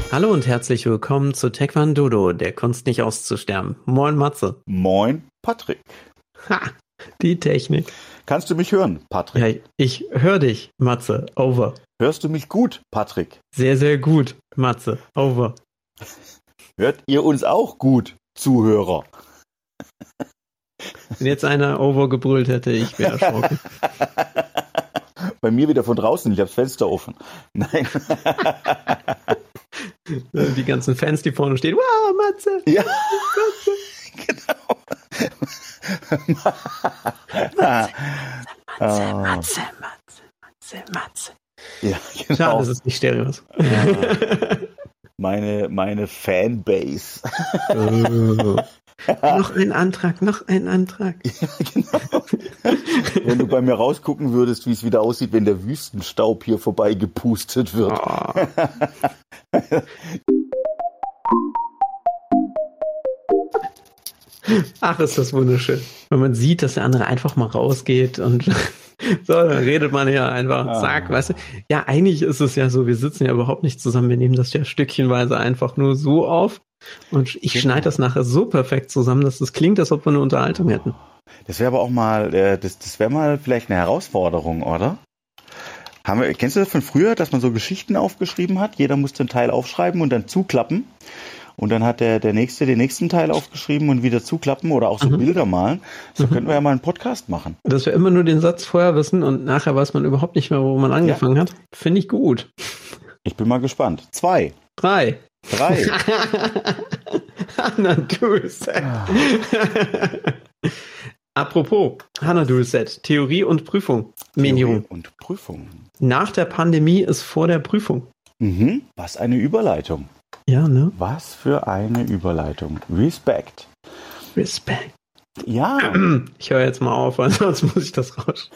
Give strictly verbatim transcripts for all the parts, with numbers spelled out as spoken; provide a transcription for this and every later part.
Hallo und herzlich willkommen zu Taekwondo, der Kunst nicht auszusterben. Moin Matze. Moin Patrick. Ha, die Technik. Kannst du mich hören, Patrick? Ja, ich höre dich, Matze. Over. Hörst du mich gut, Patrick? Sehr, sehr gut, Matze. Over. Hört ihr uns auch gut, Zuhörer? Wenn jetzt einer Over gebrüllt hätte, ich wäre erschrocken. Bei mir wieder von draußen, ich habe das Fenster offen. Nein. Die ganzen Fans, die vorne stehen. Wow, Matze! Ja, Matze. genau. Matze, Matze, Matze, Matze, Matze, Matze. Ja, genau. Schade, dass es nicht Stereo ist. Meine, meine Fanbase. Oh. Noch ein Antrag, noch ein Antrag. Ja, genau. Wenn du bei mir rausgucken würdest, wie es wieder aussieht, wenn der Wüstenstaub hier vorbei gepustet wird. Oh. Ach, ist das wunderschön. Wenn man sieht, dass der andere einfach mal rausgeht und so, dann redet man ja einfach, Ah. zack, weißt du. Ja, eigentlich ist es ja so, wir sitzen ja überhaupt nicht zusammen, wir nehmen das ja stückchenweise einfach nur so auf und ich Genau. schneide das nachher so perfekt zusammen, dass es klingt, als ob wir eine Unterhaltung hätten. Das wäre aber auch mal, äh, das, das wäre mal vielleicht eine Herausforderung, oder? Haben wir, kennst du das von früher, dass man so Geschichten aufgeschrieben hat? Jeder musste einen Teil aufschreiben und dann zuklappen. Und dann hat der, der Nächste den nächsten Teil aufgeschrieben und wieder zuklappen oder auch so Mhm. Bilder malen. So Mhm. könnten wir ja mal einen Podcast machen. Dass wir immer nur den Satz vorher wissen und nachher weiß man überhaupt nicht mehr, wo man angefangen hat, finde ich gut. Ich bin mal gespannt. Zwei, Drei. drei. Hannah Durset. Apropos, Hannah Durset, Theorie und Prüfung. Minion. Theorie und Prüfung. Nach der Pandemie ist vor der Prüfung. Mhm. Was eine Überleitung. Ja, ne? Was für eine Überleitung. Respekt. Respekt. Ja. Ich höre jetzt mal auf, weil sonst muss ich das raus.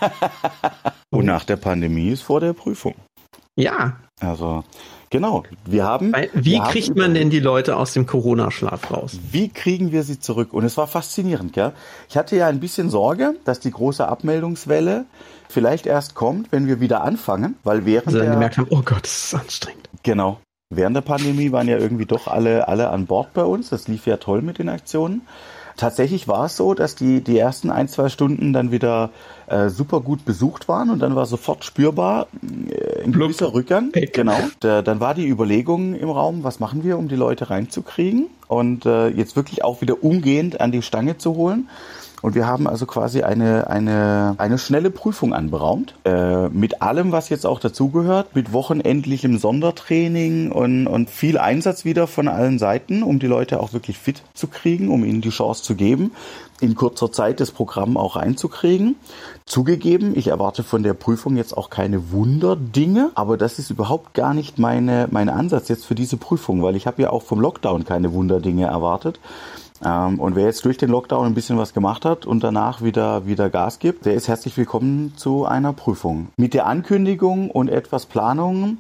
Und nach der Pandemie ist vor der Prüfung. Ja. Also, genau. Wir haben. Weil, wie wir kriegt haben, man denn die Leute aus dem Corona-Schlaf raus? Wie kriegen wir sie zurück? Und es war faszinierend, gell? Ich hatte ja ein bisschen Sorge, dass die große Abmeldungswelle vielleicht erst kommt, wenn wir wieder anfangen, weil während Also dann der, gemerkt haben, oh Gott, das ist anstrengend. genau, während der Pandemie waren ja irgendwie doch alle, alle an Bord bei uns. Das lief ja toll mit den Aktionen. Tatsächlich war es so, dass die, die ersten ein, zwei Stunden dann wieder äh, super gut besucht waren und dann war sofort spürbar äh, ein Plupp. gewisser Rückgang. Weg. Genau. Da, dann war die Überlegung im Raum, was machen wir, um die Leute reinzukriegen und äh, jetzt wirklich auch wieder umgehend an die Stange zu holen. Und wir haben also quasi eine, eine, eine schnelle Prüfung anberaumt, äh, mit allem, was jetzt auch dazugehört, mit wochenendlichem Sondertraining und, und viel Einsatz wieder von allen Seiten, um die Leute auch wirklich fit zu kriegen, um ihnen die Chance zu geben, in kurzer Zeit das Programm auch reinzukriegen. Zugegeben, ich erwarte von der Prüfung jetzt auch keine Wunderdinge, aber das ist überhaupt gar nicht meine, mein Ansatz jetzt für diese Prüfung, weil ich habe ja auch vom Lockdown keine Wunderdinge erwartet. Und wer jetzt durch den Lockdown ein bisschen was gemacht hat und danach wieder, wieder Gas gibt, der ist herzlich willkommen zu einer Prüfung. Mit der Ankündigung und etwas Planung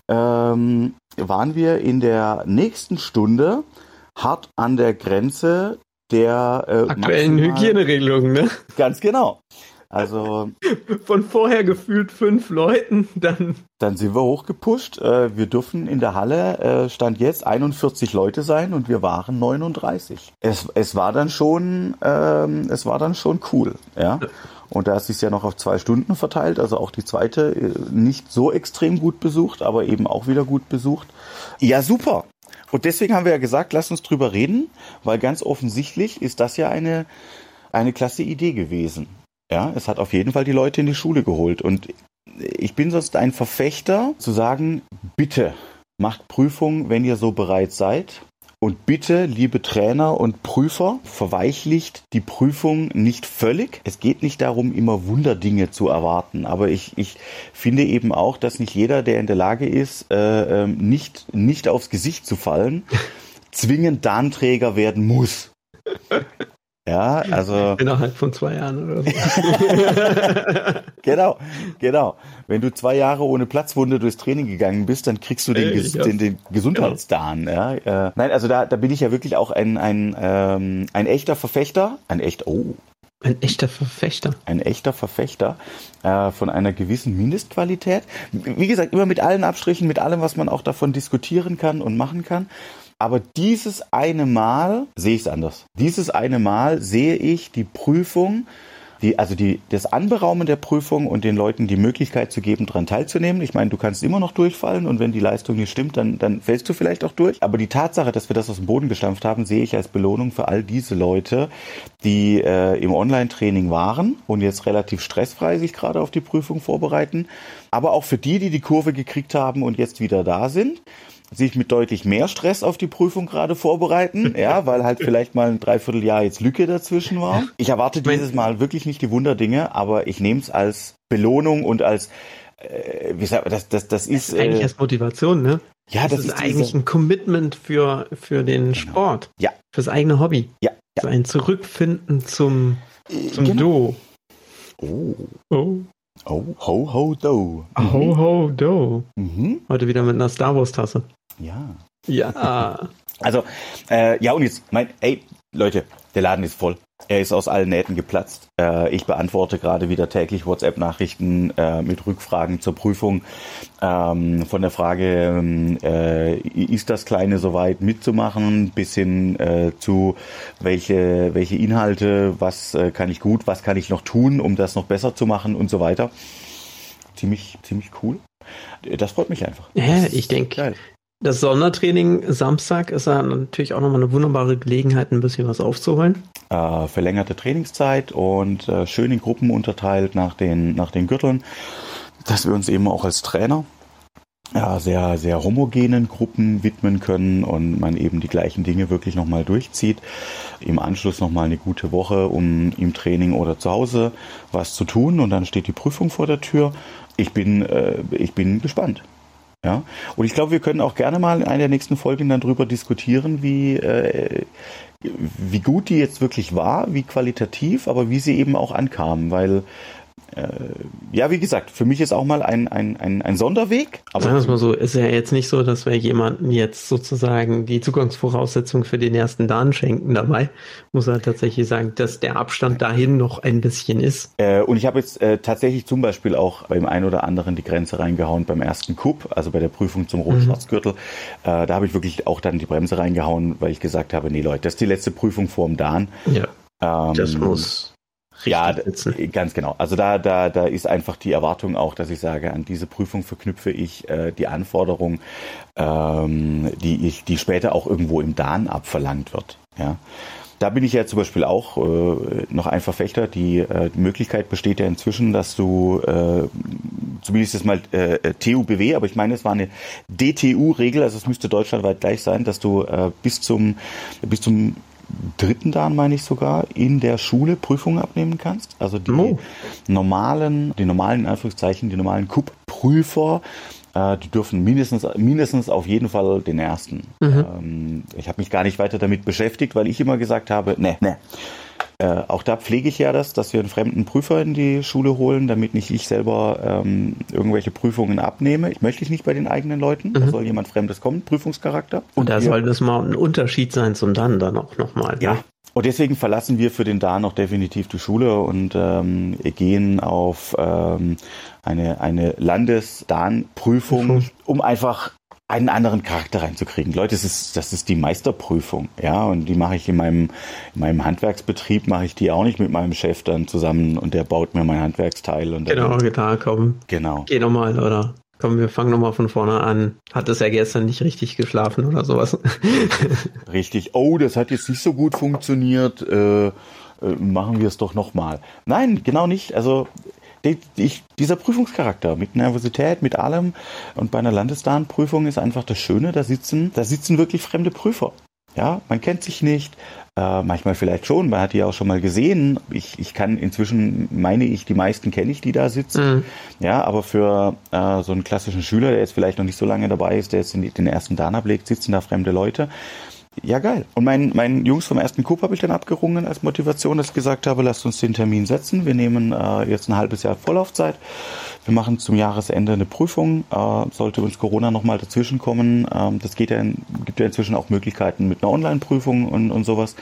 ähm, waren wir in der nächsten Stunde hart an der Grenze der äh, Aktuellen maximal- Hygieneregelungen, ne? Ganz genau. Also Von vorher gefühlt fünf Leuten, dann dann sind wir hochgepusht. Äh, wir dürfen in der Halle, äh, Stand jetzt, einundvierzig Leute sein und wir waren neununddreißig. Es, es war dann schon, ähm, es war dann schon cool, ja. Und da ist es ja noch auf zwei Stunden verteilt, also auch die zweite äh, nicht so extrem gut besucht, aber eben auch wieder gut besucht. Ja, super. Und deswegen haben wir ja gesagt, lass uns drüber reden, weil ganz offensichtlich ist das ja eine, eine klasse Idee gewesen. Ja, es hat auf jeden Fall die Leute in die Schule geholt. Und ich bin sonst ein Verfechter, zu sagen, bitte macht Prüfung, wenn ihr so bereit seid. Und bitte, liebe Trainer und Prüfer, verweichlicht die Prüfung nicht völlig. Es geht nicht darum, immer Wunderdinge zu erwarten. Aber ich, ich finde eben auch, dass nicht jeder, der in der Lage ist, äh, nicht, nicht aufs Gesicht zu fallen, zwingend Darnträger werden muss. Ja, also innerhalb von zwei Jahren oder so. genau, genau. Wenn du zwei Jahre ohne Platzwunde durchs Training gegangen bist, dann kriegst du den, Ey, Ges- ja. den, den Gesundheitsdarn. Ja, äh, nein, also da, da bin ich ja wirklich auch ein, ein, ähm, ein echter Verfechter. Ein echt, oh, Ein echter Verfechter. Ein echter Verfechter äh, von einer gewissen Mindestqualität. Wie gesagt, immer mit allen Abstrichen, mit allem, was man auch davon diskutieren kann und machen kann. Aber dieses eine Mal sehe ich es anders. Dieses eine Mal sehe ich die Prüfung, die, also die, das Anberaumen der Prüfung und den Leuten die Möglichkeit zu geben, daran teilzunehmen. Ich meine, du kannst immer noch durchfallen und wenn die Leistung nicht stimmt, dann, dann fällst du vielleicht auch durch. Aber die Tatsache, dass wir das aus dem Boden gestampft haben, sehe ich als Belohnung für all diese Leute, die äh, im Online-Training waren und jetzt relativ stressfrei sich gerade auf die Prüfung vorbereiten. Aber auch für die, die die Kurve gekriegt haben und jetzt wieder da sind, sich mit deutlich mehr Stress auf die Prüfung gerade vorbereiten, ja, weil halt vielleicht mal ein Dreivierteljahr jetzt Lücke dazwischen war. Ich erwarte dieses Mal wirklich nicht die Wunderdinge, aber ich nehme es als Belohnung und als, äh, wie sagt man, das, das, das ist... Das ist eigentlich äh, als Motivation, ne? Ja, das, das ist, ist eigentlich diese... ein Commitment für, für den genau. Sport. Ja. Fürs eigene Hobby. Ja. ja. So ein Zurückfinden zum, zum genau. Do. Oh. Oh. Oh, ho, ho, do. Mhm. Ho, ho, do. Mhm. Heute wieder mit einer Star Wars Tasse. Ja. Ja. Also, äh, ja, und jetzt, mein, ey, Leute, der Laden ist voll. Er ist aus allen Nähten geplatzt. Äh, ich beantworte gerade wieder täglich WhatsApp-Nachrichten äh, mit Rückfragen zur Prüfung. Ähm, von der Frage, äh, ist das Kleine soweit mitzumachen, bis hin äh, zu welche, welche Inhalte, was äh, kann ich gut, was kann ich noch tun, um das noch besser zu machen und so weiter. Ziemlich, ziemlich cool. Das freut mich einfach. Ja, ich denke, das Sondertraining Samstag ist ja natürlich auch nochmal eine wunderbare Gelegenheit, ein bisschen was aufzuholen. Äh, verlängerte Trainingszeit und äh, schön in Gruppen unterteilt nach den, nach den Gürteln, dass wir uns eben auch als Trainer ja, sehr, sehr homogenen Gruppen widmen können und man eben die gleichen Dinge wirklich nochmal durchzieht. Im Anschluss nochmal eine gute Woche, um im Training oder zu Hause was zu tun und dann steht die Prüfung vor der Tür. Ich bin, äh, ich bin gespannt. Ja, und ich glaube, wir können auch gerne mal in einer der nächsten Folgen dann drüber diskutieren, wie, äh, wie gut die jetzt wirklich war, wie qualitativ, aber wie sie eben auch ankam, weil äh, ja, wie gesagt, für mich ist auch mal ein, ein, ein, ein Sonderweg. Aber sagen wir es mal so, ist ja jetzt nicht so, dass wir jemanden jetzt sozusagen die Zugangsvoraussetzungen für den ersten Dan schenken dabei. Muss er tatsächlich sagen, dass der Abstand dahin noch ein bisschen ist. Äh, und ich habe jetzt äh, tatsächlich zum Beispiel auch beim einen oder anderen die Grenze reingehauen beim ersten Cup, also bei der Prüfung zum Rot-Schwarz-Gürtel. Mhm. Äh, da habe ich wirklich auch dann die Bremse reingehauen, weil ich gesagt habe, nee Leute, das ist die letzte Prüfung vorm Dan. Ja, ähm, das muss... Ja, ganz genau. Also da, da, da ist einfach die Erwartung auch, dass ich sage, an diese Prüfung verknüpfe ich äh, die Anforderung, ähm, die ich, die später auch irgendwo im Dan abverlangt wird. Ja, da bin ich ja zum Beispiel auch äh, noch ein Verfechter. Die, äh, die Möglichkeit besteht ja inzwischen, dass du äh, zumindest jetzt mal äh, T U B W, aber ich meine, es war eine D T U-Regel, also es müsste deutschlandweit gleich sein, dass du äh, bis zum bis zum dritten Dan, meine ich sogar, in der Schule Prüfungen abnehmen kannst. Also die oh. normalen, die normalen, in Anführungszeichen, die normalen K U P-Prüfer, äh, die dürfen mindestens, mindestens auf jeden Fall den ersten. Mhm. Ähm, ich habe mich gar nicht weiter damit beschäftigt, weil ich immer gesagt habe, ne, ne. Äh, auch da pflege ich ja das, dass wir einen fremden Prüfer in die Schule holen, damit nicht ich selber ähm, irgendwelche Prüfungen abnehme. Ich möchte ich nicht bei den eigenen Leuten. Mhm. Da soll jemand Fremdes kommen, Prüfungscharakter. Und, und da soll das mal ein Unterschied sein zum Dan dann auch nochmal. Ja. Ne? Und deswegen verlassen wir für den Dan noch definitiv die Schule und ähm, gehen auf ähm, eine, eine Landes-Dan-Prüfung, um einfach einen anderen Charakter reinzukriegen. Leute, das ist, das ist die Meisterprüfung, ja, und die mache ich in meinem, in meinem Handwerksbetrieb, mache ich die auch nicht mit meinem Chef dann zusammen und der baut mir mein Handwerksteil. Und genau, da komm. Genau. Geh nochmal, oder? Komm, wir fangen nochmal von vorne an. Hat es ja gestern nicht richtig geschlafen oder sowas. Richtig. Oh, das hat jetzt nicht so gut funktioniert. Äh, äh, machen wir es doch nochmal. Nein, genau nicht. Also die, die, dieser Prüfungscharakter mit Nervosität, mit allem. Und bei einer Landesdan-Prüfung ist einfach das Schöne, da sitzen, da sitzen wirklich fremde Prüfer. Ja, man kennt sich nicht. Äh, manchmal vielleicht schon, man hat die auch schon mal gesehen. Ich, ich kann inzwischen, meine ich, die meisten kenne ich, die da sitzen. Mhm. Ja, aber für äh, so einen klassischen Schüler, der jetzt vielleicht noch nicht so lange dabei ist, der jetzt in den ersten Dan ablegt, sitzen da fremde Leute. Ja, geil. Und meinen mein Jungs vom ersten Coup habe ich dann abgerungen als Motivation, dass ich gesagt habe, lasst uns den Termin setzen. Wir nehmen äh, jetzt ein halbes Jahr Vorlaufzeit. Wir machen zum Jahresende eine Prüfung. Äh, sollte uns Corona nochmal dazwischen kommen. Ähm, das geht ja in, gibt ja inzwischen auch Möglichkeiten mit einer Online-Prüfung und, und sowas.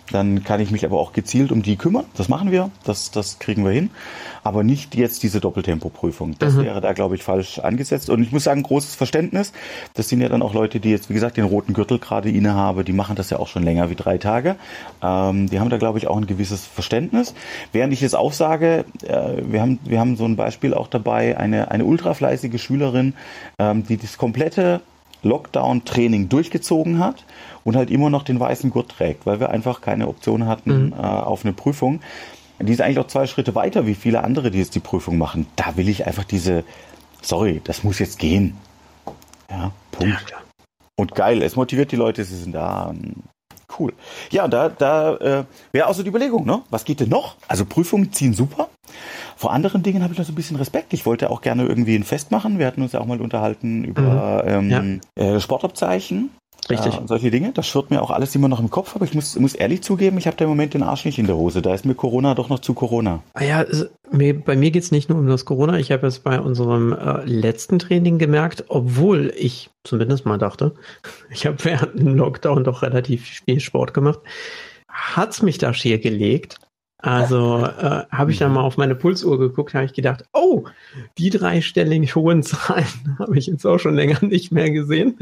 Dann kann ich mich aber auch gezielt um die kümmern. Das machen wir, das, das kriegen wir hin. Aber nicht jetzt diese Doppeltempo-Prüfung. Das mhm. wäre da, glaube ich, falsch angesetzt. Und ich muss sagen, großes Verständnis. Das sind ja dann auch Leute, die jetzt, wie gesagt, den roten Gürtel gerade innehaben. Die machen das ja auch schon länger wie drei Tage. Ähm, die haben da, glaube ich, auch ein gewisses Verständnis. Während ich jetzt auch sage, äh, wir haben, wir haben so ein Beispiel auch dabei, eine, eine ultrafleißige Schülerin, ähm, die das komplette Lockdown-Training durchgezogen hat und halt immer noch den weißen Gurt trägt, weil wir einfach keine Option hatten mhm. äh, auf eine Prüfung. Die ist eigentlich auch zwei Schritte weiter wie viele andere, die jetzt die Prüfung machen. Da will ich einfach diese, sorry, das muss jetzt gehen. Ja, Punkt. Ja, und geil, es motiviert die Leute, sie sind da. Cool. Ja, da, da äh, wäre auch so die Überlegung, ne? Was geht denn noch? Also Prüfungen ziehen super. Vor anderen Dingen habe ich noch so ein bisschen Respekt. Ich wollte auch gerne irgendwie ein Fest machen. Wir hatten uns ja auch mal unterhalten über mhm. ähm, ja. äh, Sportabzeichen. Richtig. Ja, und solche Dinge. Das schwirrt mir auch alles immer noch im Kopf. Aber ich muss, muss ehrlich zugeben, ich habe da im Moment den Arsch nicht in der Hose. Da ist mir Corona doch noch zu Corona. Ah ja, es, mir, bei mir geht's nicht nur um das Corona. Ich habe es bei unserem äh, letzten Training gemerkt, obwohl ich zumindest mal dachte, ich habe während dem Lockdown doch relativ viel Sport gemacht, hat's mich da schier gelegt. Also äh, habe ich dann mal auf meine Pulsuhr geguckt, habe ich gedacht, oh, die dreistellig hohen Zahlen habe ich jetzt auch schon länger nicht mehr gesehen.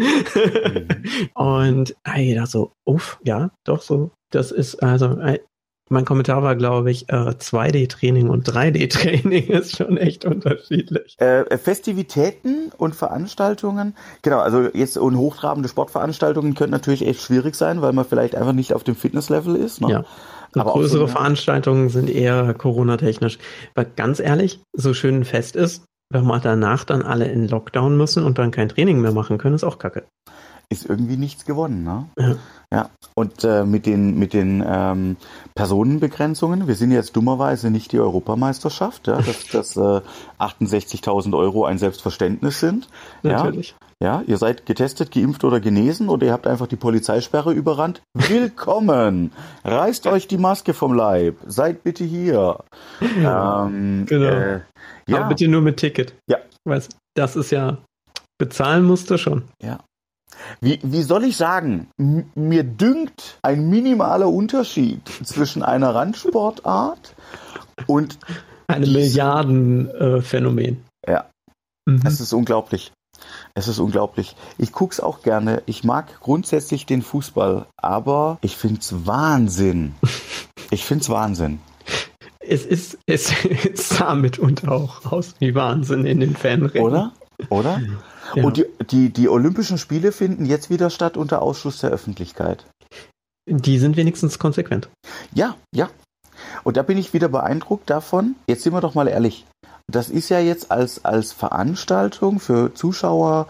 Und ich dachte so, uff, ja, doch so. Das ist also, äh, mein Kommentar war, glaube ich, äh, zwei D-Training und drei D-Training ist schon echt unterschiedlich. Äh, Festivitäten und Veranstaltungen, genau, also jetzt und hochtrabende Sportveranstaltungen können natürlich echt schwierig sein, weil man vielleicht einfach nicht auf dem Fitnesslevel ist. Ne? Ja. Und aber größere so Veranstaltungen sind eher Corona-technisch. Weil ganz ehrlich, so schön ein Fest ist, wenn wir danach dann alle in Lockdown müssen und dann kein Training mehr machen können, ist auch kacke. Ist irgendwie nichts gewonnen, ne? Ja. Ja. Und äh, mit den mit den ähm, Personenbegrenzungen, wir sind jetzt dummerweise nicht die Europameisterschaft, ja, dass, dass äh, achtundsechzigtausend Euro ein Selbstverständnis sind. Natürlich. Ja, ihr seid getestet, geimpft oder genesen oder ihr habt einfach die Polizeisperre überrannt. Willkommen! Reißt euch die Maske vom Leib. Seid bitte hier. Ähm, genau. Äh, ja. Aber bitte nur mit Ticket. Ja. Weißt, das ist ja, bezahlen musst du schon. Ja. Wie, wie soll ich sagen? M- mir dünkt ein minimaler Unterschied zwischen einer Randsportart und einem Milliardenphänomen. Äh, ja. Mhm. Es ist unglaublich. Es ist unglaublich. Ich guck's auch gerne. Ich mag grundsätzlich den Fußball, aber ich find's Wahnsinn. Ich find's Wahnsinn. Es ist, es, es sah mitunter auch aus wie Wahnsinn in den Fanrennen. Oder? Oder? Ja. Und die, die, die Olympischen Spiele finden jetzt wieder statt unter Ausschluss der Öffentlichkeit. Die sind wenigstens konsequent. Ja, ja. Und da bin ich wieder beeindruckt davon. Jetzt sind wir doch mal ehrlich. Das ist ja jetzt als, als Veranstaltung für Zuschauer,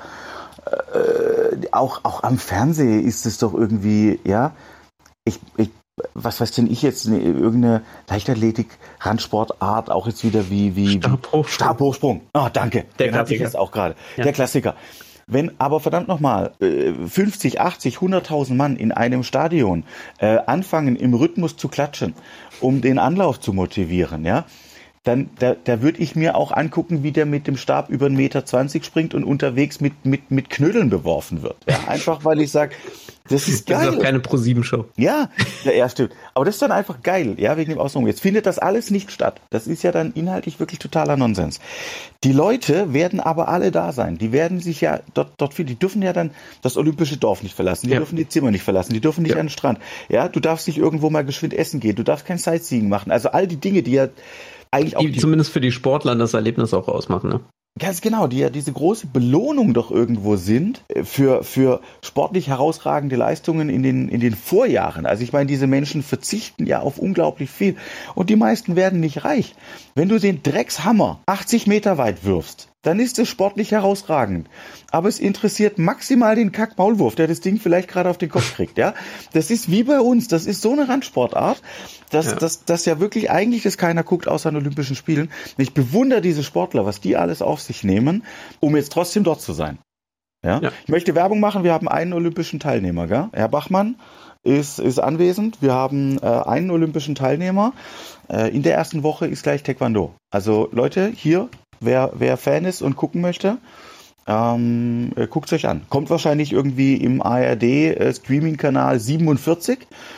äh, auch, auch am Fernsehen ist es doch irgendwie, ja, ich, ich, was weiß denn ich jetzt, ne, irgendeine Leichtathletik-Randsportart, auch jetzt wieder wie, wie Stabhochsprung. Stabhochsprung. Oh, danke. Der Den hatte ich jetzt auch gerade. Ja. Der Klassiker. Wenn aber verdammt nochmal fünfzig, achtzig, hunderttausend Mann in einem Stadion äh, anfangen, im Rhythmus zu klatschen, um den Anlauf zu motivieren, ja, dann da, da würde ich mir auch angucken, wie der mit dem Stab über einen Meter zwanzig springt und unterwegs mit, mit, mit Knödeln beworfen wird. Ja, einfach, weil ich sage, das ist geil. Das ist auch keine Pro sieben Show. Ja, ja, ja, stimmt. Aber das ist dann einfach geil, ja, wegen dem Ausdruck. Jetzt findet das alles nicht statt. Das ist ja dann inhaltlich wirklich totaler Nonsens. Die Leute werden aber alle da sein. Die werden sich ja dort, dort viel, die dürfen ja dann das olympische Dorf nicht verlassen. Die ja. dürfen die Zimmer nicht verlassen. Die dürfen nicht ja. an den Strand. Ja, du darfst nicht irgendwo mal geschwind essen gehen. Du darfst kein Sightseeing machen. Also all die Dinge, die ja eigentlich auch die, die, zumindest für die Sportler das Erlebnis auch ausmachen, ne? Ganz genau, die ja diese große Belohnung doch irgendwo sind für, für sportlich herausragende Leistungen in den, in den Vorjahren. Also ich meine, diese Menschen verzichten ja auf unglaublich viel und die meisten werden nicht reich. Wenn du den Dreckshammer achtzig Meter weit wirfst, dann ist es sportlich herausragend. Aber es interessiert maximal den Kack-Maulwurf, der das Ding vielleicht gerade auf den Kopf kriegt, ja. Das ist wie bei uns, das ist so eine Randsportart, dass, ja. dass, dass ja wirklich eigentlich das keiner guckt außer den Olympischen Spielen. Ich bewundere diese Sportler, was die alles auf sich nehmen, um jetzt trotzdem dort zu sein. Ja? Ja. Ich möchte Werbung machen, wir haben einen olympischen Teilnehmer, gell? Herr Bachmann ist, ist anwesend, wir haben äh, einen olympischen Teilnehmer. Äh, in der ersten Woche ist gleich Taekwondo. Also Leute, hier, wer, wer Fan ist und gucken möchte, ähm, äh, guckt es euch an. Kommt wahrscheinlich irgendwie im A R D-Streaming-Kanal siebenundvierzig.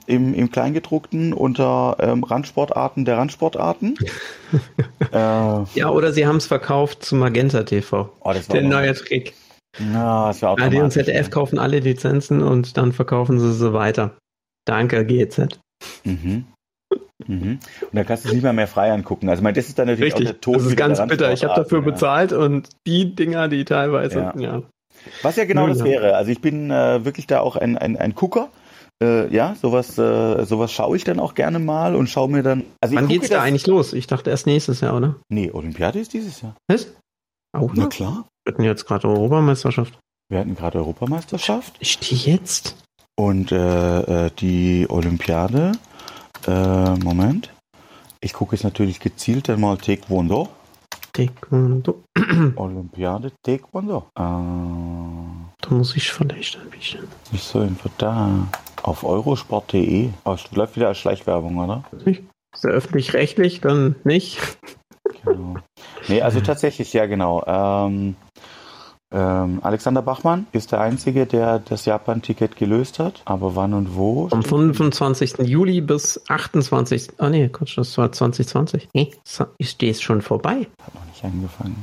im, im Kleingedruckten unter ähm, Randsportarten der Randsportarten. äh, ja, oder sie haben es verkauft zu Magenta T V. Oh, das war der noch, neue Trick. Na, das war A D und Z D F kaufen alle Lizenzen und dann verkaufen sie sie weiter. Danke, G Z. Mhm. Mhm. Und dann kannst du es nicht mal mehr frei angucken. Also, ich meine, das ist dann natürlich Richtig, auch der Tod. das ist ganz bitter. Ich habe dafür ja. bezahlt und die Dinger, die teilweise, ja. ja. Was ja genau Nö, das ja. wäre. Also, ich bin äh, wirklich da auch ein, ein, ein Gucker. Äh, ja, sowas, äh, sowas schaue ich dann auch gerne mal und schaue mir dann. Also Wann ich geht's da eigentlich los? Ich dachte erst nächstes Jahr, oder? Nee, Olympiade ist dieses Jahr. Was? Auch Na noch? klar. Wir hatten jetzt gerade Europameisterschaft. Wir hatten gerade Europameisterschaft. Ist die jetzt? Und äh, die Olympiade, äh, Moment, ich gucke jetzt natürlich gezielt dann mal Taekwondo. Taekwondo. Olympiade Taekwondo. Äh, Da muss ich vielleicht ein bisschen. Nicht so einfach da. Auf eurosport punkt de. Oh, es läuft wieder als Schleichwerbung, oder? Ist ja öffentlich-rechtlich, dann nicht. Genau. Nee, also tatsächlich, ja genau. Ähm, Ähm, Alexander Bachmann ist der Einzige, der das Japan-Ticket gelöst hat. Aber wann und wo? Vom fünfundzwanzigsten Juli bis achtundzwanzigsten Ah nee, Quatsch, das war zwanzig zwanzig. Nee, ist das schon vorbei? Hat noch nicht angefangen.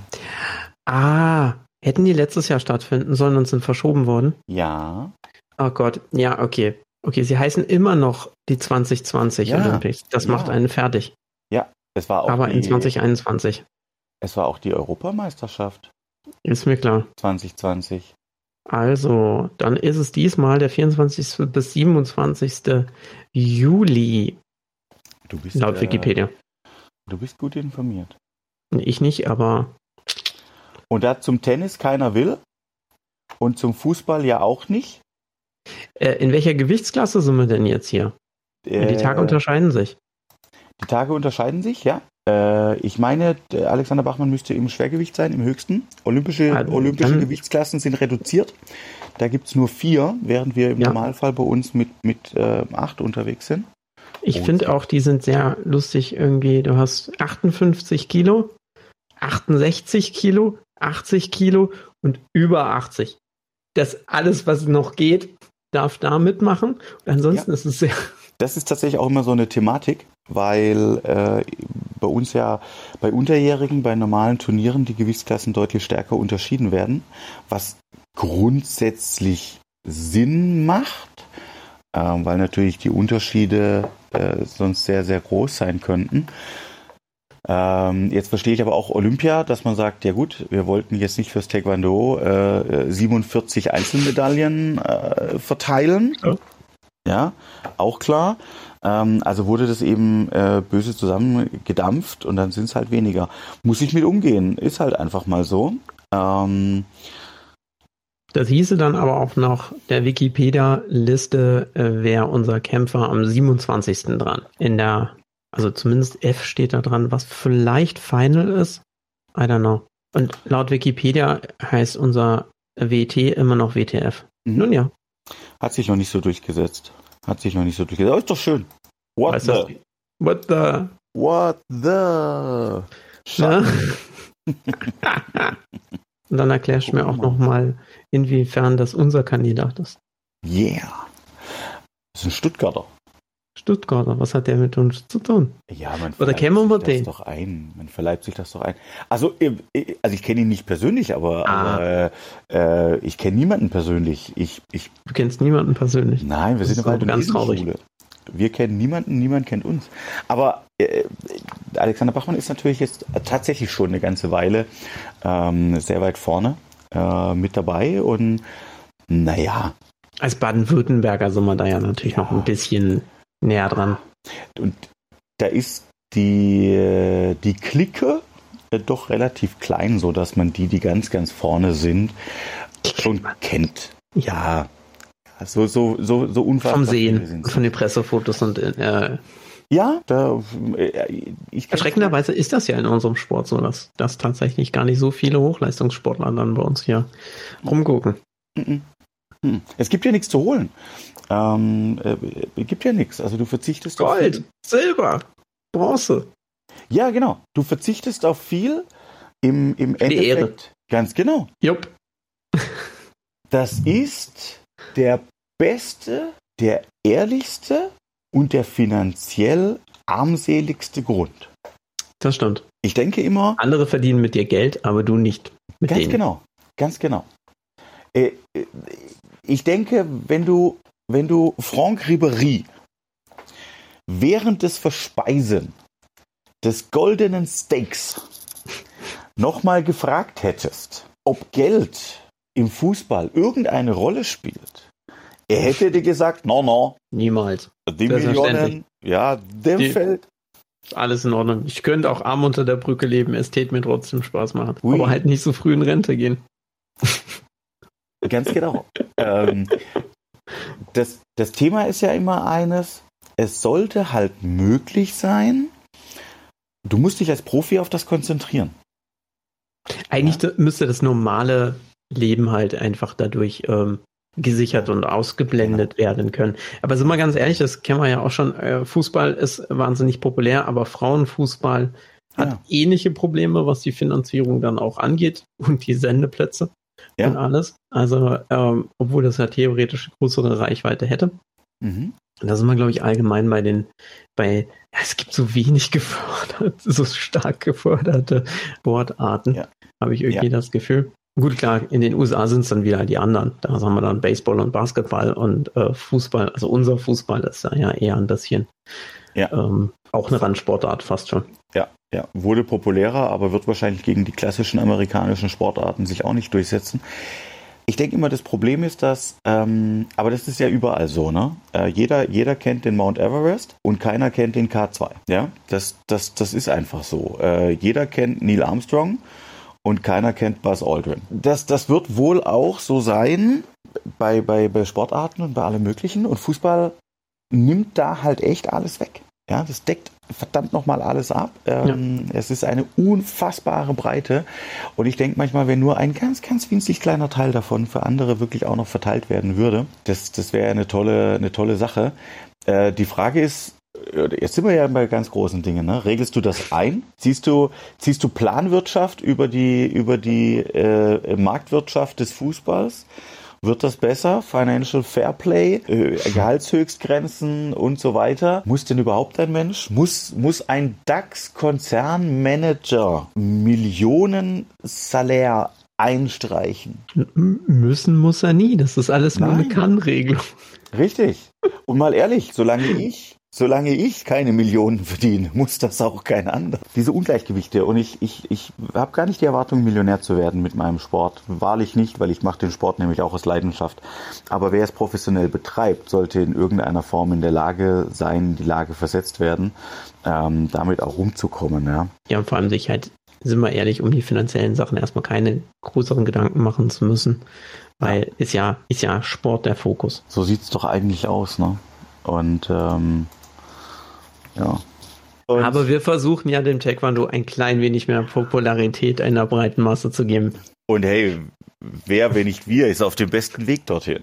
Ah, hätten die letztes Jahr stattfinden sollen und sind verschoben worden? Ja. Oh Gott, ja, okay. Okay, sie heißen immer noch die zwanzig zwanzig Ja. Olympics. Das Ja. macht einen fertig. Ja, es war auch Aber die, in zwanzig einundzwanzig. Es war auch die Europameisterschaft Ist mir klar. zwanzig zwanzig. Also, dann ist es diesmal der vierundzwanzigste bis siebenundzwanzigste Juli, Du bist, laut äh, Wikipedia. Du bist gut informiert. Ich nicht, aber Und da zum Tennis keiner will und zum Fußball ja auch nicht. äh, in welcher Gewichtsklasse sind wir denn jetzt hier? Äh, Die Tage unterscheiden sich. Die Tage unterscheiden sich, ja. Äh, ich meine, der Alexander Bachmann müsste im Schwergewicht sein, im höchsten. Olympische, Also, olympische dann- Gewichtsklassen sind reduziert. Da gibt es nur vier, während wir im Ja. Normalfall bei uns mit, mit äh, acht unterwegs sind. Ich Oh, finde auch, die sind sehr lustig irgendwie. Du hast achtundfünfzig Kilo, achtundsechzig Kilo, achtzig Kilo und über achtzig. Das alles, was noch geht, darf da mitmachen. Und ansonsten ist es sehr. Das ist tatsächlich auch immer so eine Thematik, weil äh, bei uns ja bei Unterjährigen, bei normalen Turnieren die Gewichtsklassen deutlich stärker unterschieden werden, was grundsätzlich Sinn macht, äh, weil natürlich die Unterschiede äh, sonst sehr, sehr groß sein könnten. Ähm, jetzt verstehe ich aber auch Olympia, dass man sagt, ja gut, wir wollten jetzt nicht fürs Taekwondo äh, siebenundvierzig Einzelmedaillen äh, verteilen. Ja. Ja, auch klar. Ähm, also wurde das eben äh, böse zusammengedampft und dann sind es halt weniger. Muss ich mit umgehen, ist halt einfach mal so. Ähm, Das hieße dann aber auch noch der Wikipedia-Liste, äh, wäre unser Kämpfer am siebenundzwanzigsten dran. In der, also zumindest F steht da dran, was vielleicht Final ist. I don't know. Und laut Wikipedia heißt unser W T immer noch W T F. Mhm. Nun ja. Hat sich noch nicht so durchgesetzt. Hat sich noch nicht so durchgesetzt. Aber ist doch schön. What Weißt du, the? what the? What the? Ja? Und dann erklärst du mir auch nochmal, inwiefern das unser Kandidat ist. Yeah. Das ist ein Stuttgarter. Stuttgarter, was hat der mit uns zu tun? Ja, man Oder verleibt kennen wir sich das den? doch ein. Man verleibt sich das doch ein. Also, äh, also ich kenne ihn nicht persönlich, aber, Ah. aber äh, ich kenne niemanden persönlich. Ich, ich, Du kennst niemanden persönlich. nein, wir Das sind ist eine aber ganz traurig. Schule. Wir kennen niemanden, niemand kennt uns. Aber äh, Alexander Bachmann ist natürlich jetzt tatsächlich schon eine ganze Weile ähm, sehr weit vorne äh, mit dabei und naja, Als Baden-Württemberger sind wir da ja natürlich noch ein bisschen näher dran. und da ist die, äh, die Clique äh, doch relativ klein, so dass man die, die ganz, ganz vorne sind, schon kennt. Ja, so, so, so, so unfassbar Vom viele Sehen, sind's. von den Pressefotos und äh, Ja, da, äh, ich erschreckenderweise ist das ja in unserem Sport so, dass, dass tatsächlich gar nicht so viele Hochleistungssportler dann bei uns hier rumgucken. Mhm. Mhm. Es gibt ja nichts zu holen. Ähm, äh, gibt ja nichts. Also du verzichtest auf Gold, viel. Silber, Bronze. Ja, genau. Du verzichtest auf viel im, im Für die Endeffekt. Ehre. Ganz genau. Jupp. Das ist der beste, der ehrlichste und der finanziell armseligste Grund. Das stimmt. Ich denke immer... Andere verdienen mit dir Geld, aber du nicht mit ganz denen. Genau, ganz genau. Äh, ich denke, wenn du, wenn du Franck Ribéry während des Verspeisen des goldenen Steaks nochmal gefragt hättest, ob Geld im Fußball irgendeine Rolle spielt, er hätte dir gesagt, no, no. Niemals. Die Millionen, ja, dem Die, fällt... Alles in Ordnung. Ich könnte auch arm unter der Brücke leben, es täte mir trotzdem Spaß machen. Ui. Aber halt nicht so früh in Rente gehen. Ganz genau. ähm, das, das Thema ist ja immer eines, es sollte halt möglich sein, du musst dich als Profi auf das konzentrieren. Eigentlich ja. müsste das normale Leben halt einfach dadurch ähm, gesichert und ausgeblendet genau. werden können. Aber sind wir ganz ehrlich, das kennen wir ja auch schon, äh, Fußball ist wahnsinnig populär, aber Frauenfußball hat ja. ähnliche Probleme, was die Finanzierung dann auch angeht und die Sendeplätze ja. und alles. Also, ähm, obwohl das ja theoretisch größere Reichweite hätte. Mhm. Und da sind wir, glaube ich, allgemein bei den, bei, ja, es gibt so wenig gefördert, so stark geförderte Sportarten, ja. habe ich irgendwie ja. das Gefühl. Gut, klar, in den U S A sind es dann wieder die anderen. Da haben wir dann Baseball und Basketball und äh, Fußball. Also unser Fußball ist da ja eher ein bisschen ja. ähm, auch eine Randsportart fast schon. Ja, ja, wurde populärer, aber wird wahrscheinlich gegen die klassischen amerikanischen Sportarten sich auch nicht durchsetzen. Ich denke immer, das Problem ist, dass, ähm, aber das ist ja überall so, ne? Äh, jeder, jeder kennt den Mount Everest und keiner kennt den K zwei. Ja, das, das, das ist einfach so. Äh, jeder kennt Neil Armstrong. Und keiner kennt Buzz Aldrin. Das, das wird wohl auch so sein bei, bei, bei Sportarten und bei allem Möglichen. Und Fußball nimmt da halt echt alles weg. Ja, das deckt verdammt nochmal alles ab. Ähm, ja. Es ist eine unfassbare Breite. Und ich denke manchmal, wenn nur ein ganz, ganz winzig kleiner Teil davon für andere wirklich auch noch verteilt werden würde, das, das wäre eine tolle, eine tolle Sache. Äh, die Frage ist, jetzt sind wir ja bei ganz großen Dingen, ne? Regelst du das ein? Ziehst du, ziehst du Planwirtschaft über die, über die äh, Marktwirtschaft des Fußballs? Wird das besser? Financial Fairplay, äh, Gehaltshöchstgrenzen und so weiter? Muss denn überhaupt ein Mensch? Muss, muss ein DAX-Konzernmanager Millionen Salär einstreichen? M- müssen muss er nie. Das ist alles nur eine Kann-Regelung. Richtig. Und mal ehrlich, solange ich Solange ich keine Millionen verdiene, muss das auch kein anderer. Diese Ungleichgewichte. Und ich, ich, ich habe gar nicht die Erwartung, Millionär zu werden mit meinem Sport. Wahrlich nicht, weil ich mache den Sport nämlich auch aus Leidenschaft. Aber wer es professionell betreibt, sollte in irgendeiner Form in der Lage sein, die Lage versetzt werden, ähm, damit auch rumzukommen. Ja, ja, und vor allem sich halt, sind wir ehrlich, um die finanziellen Sachen erstmal keine größeren Gedanken machen zu müssen. Weil ist ja, ist ja Sport der Fokus. So sieht's doch eigentlich aus, ne? Und ähm, ja. Und aber wir versuchen ja dem Taekwondo ein klein wenig mehr Popularität einer breiten Masse zu geben. Und hey, wer, wenn nicht wir, ist auf dem besten Weg dorthin?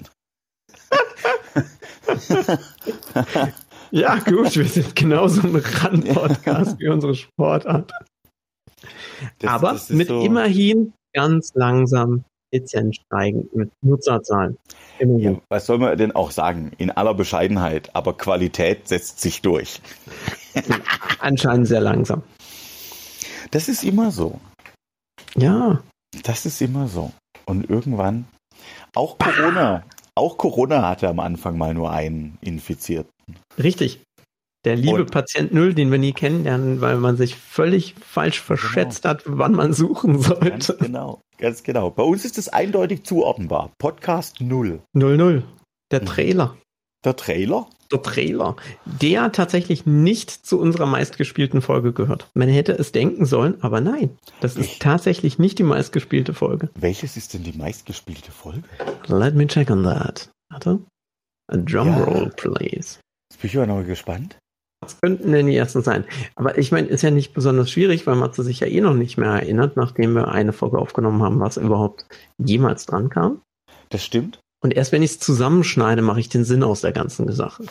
Ja, gut, wir sind genauso ein Rand-Podcast wie unsere Sportart. Das, aber das mit so immerhin ganz langsam dezent steigend mit Nutzerzahlen. Ja, was soll man denn auch sagen? In aller Bescheidenheit, aber Qualität setzt sich durch. Anscheinend sehr langsam. Das ist immer so. Ja. Das ist immer so. Und irgendwann, auch Corona, auch Corona hatte am Anfang mal nur einen Infizierten. Richtig. Der liebe Und Patient Null, den wir nie kennenlernen, weil man sich völlig falsch verschätzt genau. hat, wann man suchen sollte. Ganz genau, ganz genau. Bei uns ist es eindeutig zuordnenbar. Podcast Null. Null Null. Der Trailer. Der Trailer? Der Trailer. Der tatsächlich nicht zu unserer meistgespielten Folge gehört. Man hätte es denken sollen, aber nein. Das ist ich. tatsächlich nicht die meistgespielte Folge. Welches ist denn die meistgespielte Folge? Let me check on that. Warte. A Drumroll, ja. please. Jetzt bin ich aber noch gespannt. Was könnten denn die ersten sein? Aber ich meine, ist ja nicht besonders schwierig, weil Matze sich ja eh noch nicht mehr erinnert, nachdem wir eine Folge aufgenommen haben, was überhaupt jemals dran kam. Das stimmt. Und erst wenn ich es zusammenschneide, mache ich den Sinn aus der ganzen Sache.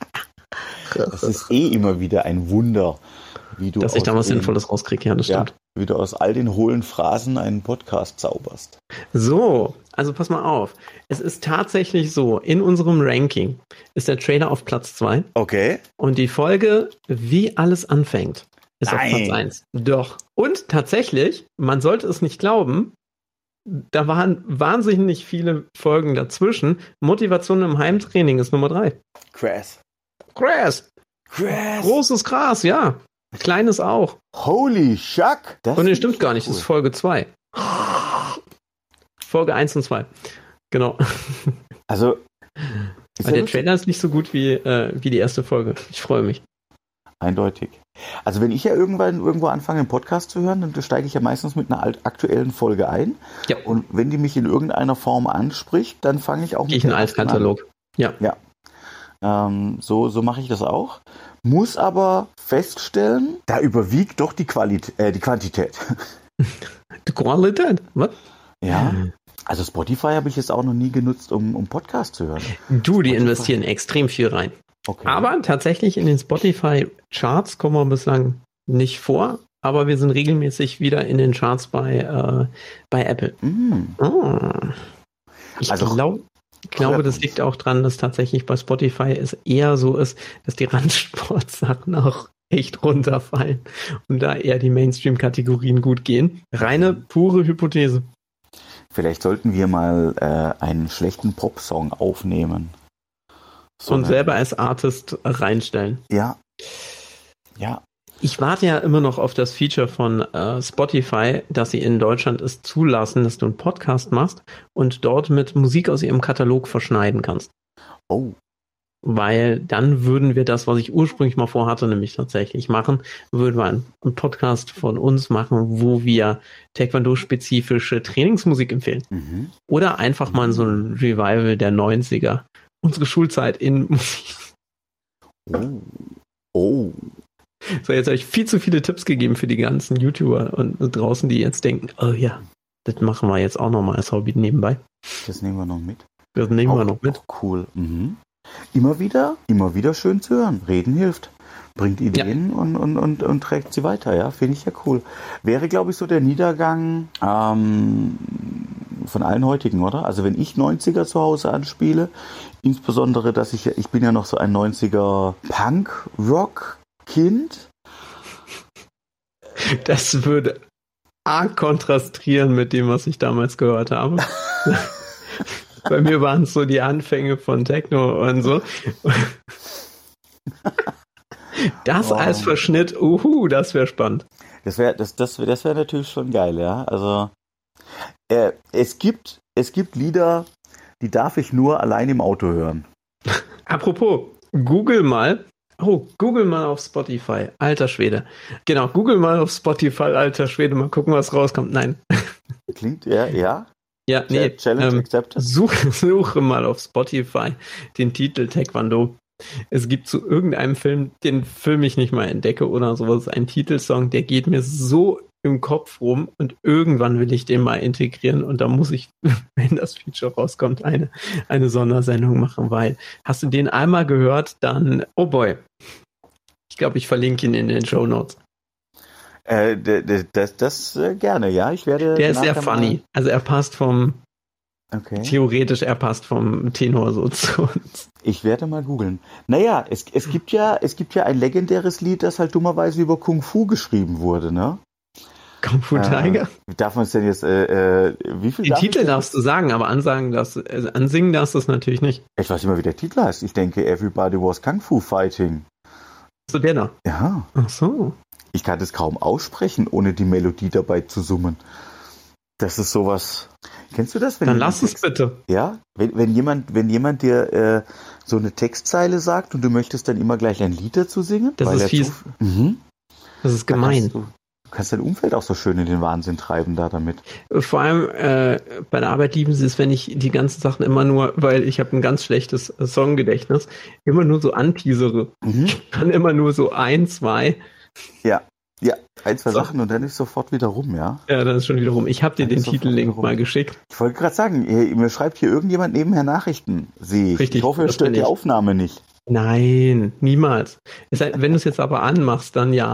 Das ist eh immer wieder ein Wunder, wie du dass ich da was Sinnvolles rauskriege, ja, das ja, stimmt. wieder aus all den hohlen Phrasen einen Podcast zauberst. So, also pass mal auf. Es ist tatsächlich so, in unserem Ranking ist der Trailer auf Platz zwei. Okay. Und die Folge Wie alles anfängt ist Nein. auf Platz eins. Doch. Und tatsächlich, man sollte es nicht glauben, da waren wahnsinnig viele Folgen dazwischen. Motivation im Heimtraining ist Nummer drei. Crass. Gras. Crass. Großes Gras, ja. Kleines auch. Holy shuck. Das Und nee, ist stimmt gar nicht, cool. das ist Folge zwei. Folge eins und zwei. Genau. Also, ist Aber der das Trailer ist nicht so gut wie, äh, wie die erste Folge. Ich freue mich. eindeutig. Also wenn ich ja irgendwann irgendwo anfange, einen Podcast zu hören, dann steige ich ja meistens mit einer alt, aktuellen Folge ein. Ja. Und wenn die mich in irgendeiner Form anspricht, dann fange ich auch Gehe ich mit in der einen ersten an. Altkatalog. Ja. Ja. Ähm, so so mache ich das auch. Muss aber feststellen, da überwiegt doch die Qualität, äh, die Quantität. Die Qualität? Was? Ja. Also Spotify habe ich jetzt auch noch nie genutzt, um, um Podcast zu hören. Du, die Spotify. investieren extrem viel rein. Okay. Aber tatsächlich in den Spotify-Charts kommen wir bislang nicht vor. Aber wir sind regelmäßig wieder in den Charts bei, äh, bei Apple. Mm. Oh. Ich Also- glaub, glaube, das liegt auch dran, dass tatsächlich bei Spotify es eher so ist, dass die Randsportsachen auch echt runterfallen und da eher die Mainstream-Kategorien gut gehen. Reine, pure Hypothese. Vielleicht sollten wir mal äh, einen schlechten Popsong aufnehmen. So Und eine- selber als Artist reinstellen. Ja. Ja. Ich warte ja immer noch auf das Feature von äh, Spotify, dass sie in Deutschland es zulassen, dass du einen Podcast machst und dort mit Musik aus ihrem Katalog verschneiden kannst. Oh. Weil dann würden wir das, was ich ursprünglich mal vorhatte, nämlich tatsächlich machen, würden wir einen, einen Podcast von uns machen, wo wir Taekwondo-spezifische Trainingsmusik empfehlen. Mhm. Oder einfach mal so ein Revival der neunziger. Unsere Schulzeit in Musik. Oh. Oh. So, jetzt habe ich viel zu viele Tipps gegeben für die ganzen YouTuber und draußen, die jetzt denken, oh ja, das machen wir jetzt auch nochmal als Hobby nebenbei. Das nehmen wir noch mit. Das nehmen auch, wir noch mit. Auch cool. Mhm. Immer wieder, immer wieder schön zu hören. Reden hilft. Bringt Ideen ja. und, und, und, und trägt sie weiter, ja. Finde ich ja cool. Wäre, glaube ich, so der Niedergang ähm, von allen heutigen, oder? Also wenn ich neunziger zu Hause anspiele, insbesondere, dass ich, ich bin ja noch so ein neunziger Punk-Rock-Kind. Das würde arg kontrastieren mit dem, was ich damals gehört habe. Bei mir waren es so die Anfänge von Techno und so. Das oh. als Verschnitt, uhu, das wäre spannend. Das wäre das, das, das wär natürlich schon geil, ja. Also äh, es gibt es gibt Lieder, die darf ich nur allein im Auto hören. Apropos, Google mal. Oh, Google mal auf Spotify, alter Schwede. Genau, Google mal auf Spotify, alter Schwede, mal gucken, was rauskommt. Nein. Klingt, ja, ja. Ja, nee, Challenge ähm, accepted. Suche, suche mal auf Spotify den Titel Taekwondo. Es gibt zu irgendeinem Film, den Film ich nicht mal entdecke oder sowas, einen Titelsong, der geht mir so im Kopf rum und irgendwann will ich den mal integrieren und da muss ich, wenn das Feature rauskommt, eine, eine Sondersendung machen, weil hast du den einmal gehört, dann, oh boy, ich glaube, ich verlinke ihn in den Shownotes. Äh, das, das äh, gerne, ja. Ich werde. Der ist sehr funny. Also er passt vom okay. Theoretisch, er passt vom Tenor so zu uns. Ich werde mal googeln. Naja, es, es gibt ja, es gibt ja ein legendäres Lied, das halt dummerweise über Kung Fu geschrieben wurde, ne? Kung Fu Tiger? Äh, darf man es denn jetzt, äh, äh, wie viel? Den darf Titel darfst du sagen, aber ansagen darfst, also ansingen darfst du es natürlich nicht. Ich weiß nicht mehr, wie der Titel heißt. Ich denke, Everybody was Kung Fu Fighting. So der da? Ja. Ach so. Ich kann das kaum aussprechen, ohne die Melodie dabei zu summen. Das ist sowas. Kennst du das? Wenn Dann lass es bitte. Ja, wenn, wenn jemand, wenn jemand dir äh, so eine Textzeile sagt und du möchtest dann immer gleich ein Lied dazu singen. Das ist fies. Zu, mhm. Das ist gemein. Du, du kannst dein Umfeld auch so schön in den Wahnsinn treiben da damit. Vor allem äh, bei der Arbeit lieben sie es, wenn ich die ganzen Sachen immer nur, weil ich habe ein ganz schlechtes Songgedächtnis, immer nur so anteasere. Mhm. Ich kann immer nur so ein, zwei. Ja, ja, ein, zwei so. Sachen und dann ist sofort wieder rum, ja. Ja, dann ist schon wieder rum. Ich habe dir den Titellink mal geschickt. Ich wollte gerade sagen, mir schreibt hier irgendjemand nebenher Nachrichten, sehe ich. Richtig, ich hoffe, er stört die Aufnahme nicht. Nein, niemals. Wenn du es jetzt aber anmachst, dann ja.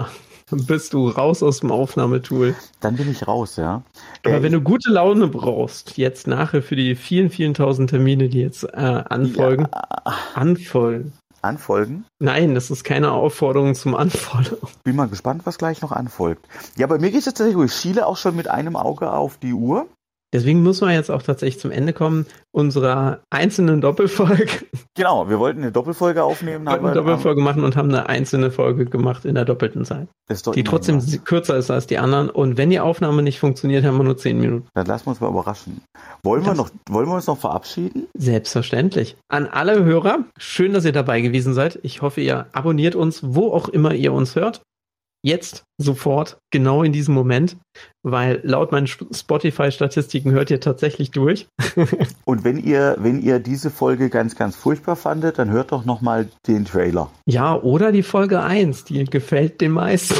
bist du raus aus dem Aufnahmetool. Dann bin ich raus, ja. Aber äh, wenn du gute Laune brauchst, jetzt nachher für die vielen, vielen tausend Termine, die jetzt äh, anfolgen, ja, anfolgen. Anfolgen? Nein, das ist keine Aufforderung zum Anfolgen. Bin mal gespannt, was gleich noch anfolgt. Ja, bei mir geht es tatsächlich, ich schiele auch schon mit einem Auge auf die Uhr. Deswegen müssen wir jetzt auch tatsächlich zum Ende kommen unserer einzelnen Doppelfolge. Genau, wir wollten eine Doppelfolge aufnehmen. Wir wollten eine Doppelfolge machen und haben eine einzelne Folge gemacht in der doppelten Zeit. Ist doch die trotzdem was. Kürzer ist als die anderen. Und wenn die Aufnahme nicht funktioniert, haben wir nur zehn Minuten. Dann lassen wir uns mal überraschen. Wollen wir, noch, wollen wir uns noch verabschieden? Selbstverständlich. An alle Hörer, schön, dass ihr dabei gewesen seid. Ich hoffe, ihr abonniert uns, wo auch immer ihr uns hört. Jetzt, sofort, genau in diesem Moment, weil laut meinen Spotify-Statistiken hört ihr tatsächlich durch. Und wenn ihr, wenn ihr diese Folge ganz, ganz furchtbar fandet, dann hört doch nochmal den Trailer. Ja, oder die Folge eins, die gefällt den meisten.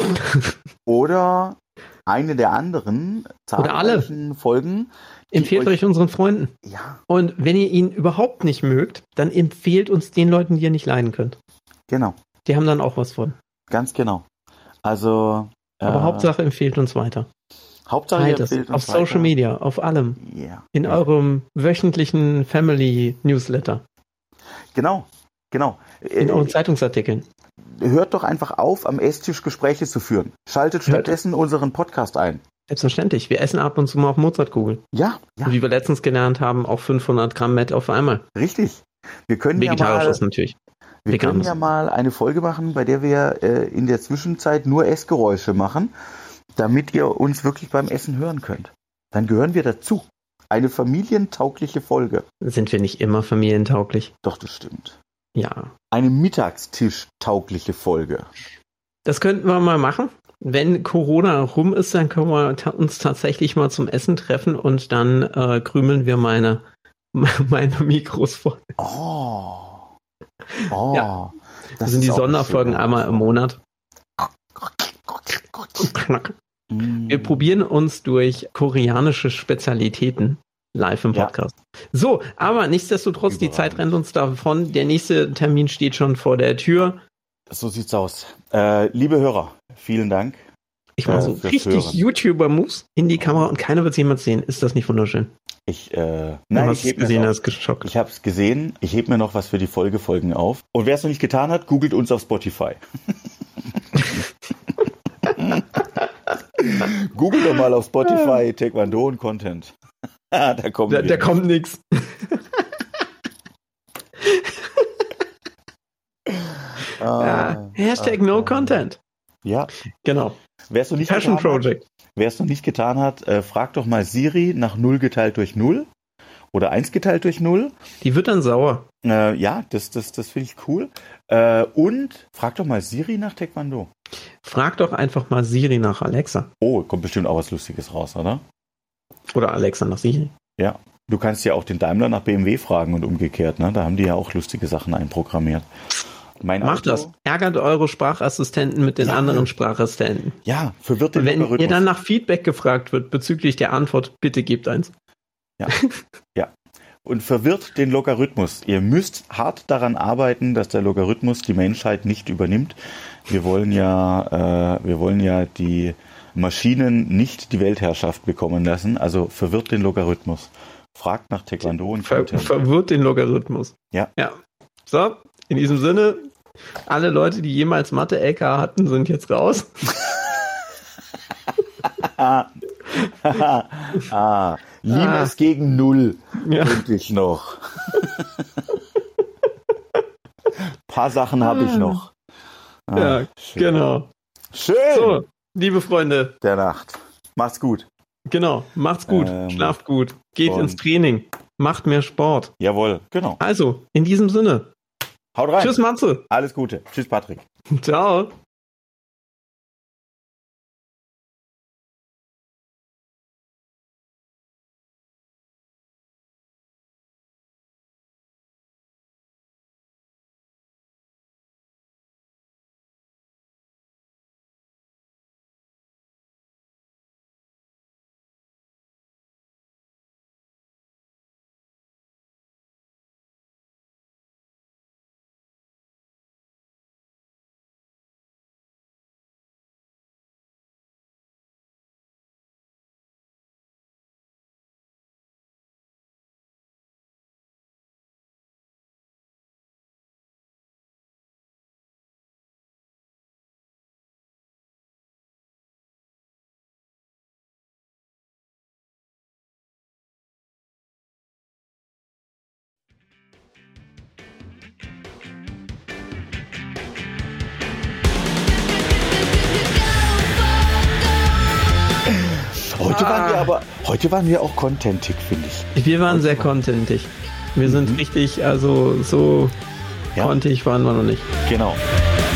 Oder eine der anderen oder alle Folgen. Empfehlt euch, euch unseren Freunden. Ja. Und wenn ihr ihn überhaupt nicht mögt, dann empfehlt uns den Leuten, die ihr nicht leiden könnt. Genau. Die haben dann auch was von. Ganz genau. Also. Aber äh, Hauptsache empfehlt uns weiter. Hauptsache Teilt empfehlt es uns auf weiter. Social Media, auf allem. Yeah. In yeah. eurem wöchentlichen Family Newsletter. Genau, genau. In äh, euren Zeitungsartikeln. Hört doch einfach auf, am Esstisch Gespräche zu führen. Schaltet Hört. stattdessen unseren Podcast ein. Selbstverständlich. Wir essen ab und zu mal auf Mozartkugeln. Ja, ja. Und wie wir letztens gelernt haben, auch fünfhundert Gramm Met auf einmal. Richtig. Wir können Vegetarisch ja mal, ist natürlich. Wir Vegan können ja mal eine Folge machen, bei der wir äh, in der Zwischenzeit nur Essgeräusche machen, damit ihr uns wirklich beim Essen hören könnt. Dann gehören wir dazu. Eine familientaugliche Folge. Sind wir nicht immer familientauglich? Doch, das stimmt. Ja. Eine Mittagstisch-taugliche Folge. Das könnten wir mal machen. Wenn Corona rum ist, dann können wir ta- uns tatsächlich mal zum Essen treffen und dann äh, krümeln wir meine, meine Mikros voll. Oh. Oh. Ja. Das, das sind die Sonderfolgen einmal im Monat. Mm. Wir probieren uns durch koreanische Spezialitäten live im Podcast. Ja. So, aber nichtsdestotrotz, die Zeit rennt uns davon. Der nächste Termin steht schon vor der Tür. So sieht's aus. Äh, liebe Hörer, vielen Dank. Ich mache so richtig YouTuber-Moves in die Kamera und keiner wird es jemals sehen. Ist das nicht wunderschön? Ich, äh, nein, ich habe gesehen, hast geschockt. Ich habe es gesehen. Ich heb mir noch was für die Folgefolgen auf. Und wer es noch nicht getan hat, googelt uns auf Spotify. Google doch mal auf Spotify Taekwondo und Content. da kommt, da, da kommt nix. ah, ja, Hashtag ah, No Content. Ja. Genau. Wer es noch nicht Passion getan Project. Hat, wer es noch nicht getan hat, äh, fragt doch mal Siri nach null geteilt durch null oder eins geteilt durch null. Die wird dann sauer. Äh, ja, das, das, das finde ich cool. Äh, und frag doch mal Siri nach Taekwondo. Frag doch einfach mal Siri nach Alexa. Oh, kommt bestimmt auch was Lustiges raus, oder? Oder Alexa nach Siri. Ja. Du kannst ja auch den Daimler nach B M W fragen und umgekehrt, ne? Da haben die ja auch lustige Sachen einprogrammiert. Mein Macht Auto, das. Ärgert eure Sprachassistenten mit den ja, anderen Sprachassistenten. Ja, verwirrt den Wenn Logarithmus. ihr dann nach Feedback gefragt wird bezüglich der Antwort, bitte gebt eins. Ja, ja. Und verwirrt den Logarithmus. Ihr müsst hart daran arbeiten, dass der Logarithmus die Menschheit nicht übernimmt. Wir wollen ja, äh, wir wollen ja die Maschinen nicht die Weltherrschaft bekommen lassen. Also verwirrt den Logarithmus. Fragt nach Taekwondo und Ver Verwirrt den Logarithmus. Ja. Ja. So, in diesem Sinne, alle Leute, die jemals Mathe-L K hatten, sind jetzt raus. ah, Limes ah. gegen Null ja. könnte ich noch. Ein paar Sachen habe ich noch. Ah, ja, schön. Genau. Schön. So, liebe Freunde. Der Nacht. Macht's gut. Genau, macht's gut. Ähm, Schlaft gut. Geht ins Training. Macht mehr Sport. Jawohl, genau. Also, in diesem Sinne. Haut rein. Tschüss, Matze. Alles Gute. Tschüss, Patrick. Ciao. Heute ah. waren wir aber, heute waren wir auch contentig, finde ich. Wir waren heute sehr contentig. Wir mhm. sind richtig, also so ja. contig waren wir noch nicht. Genau.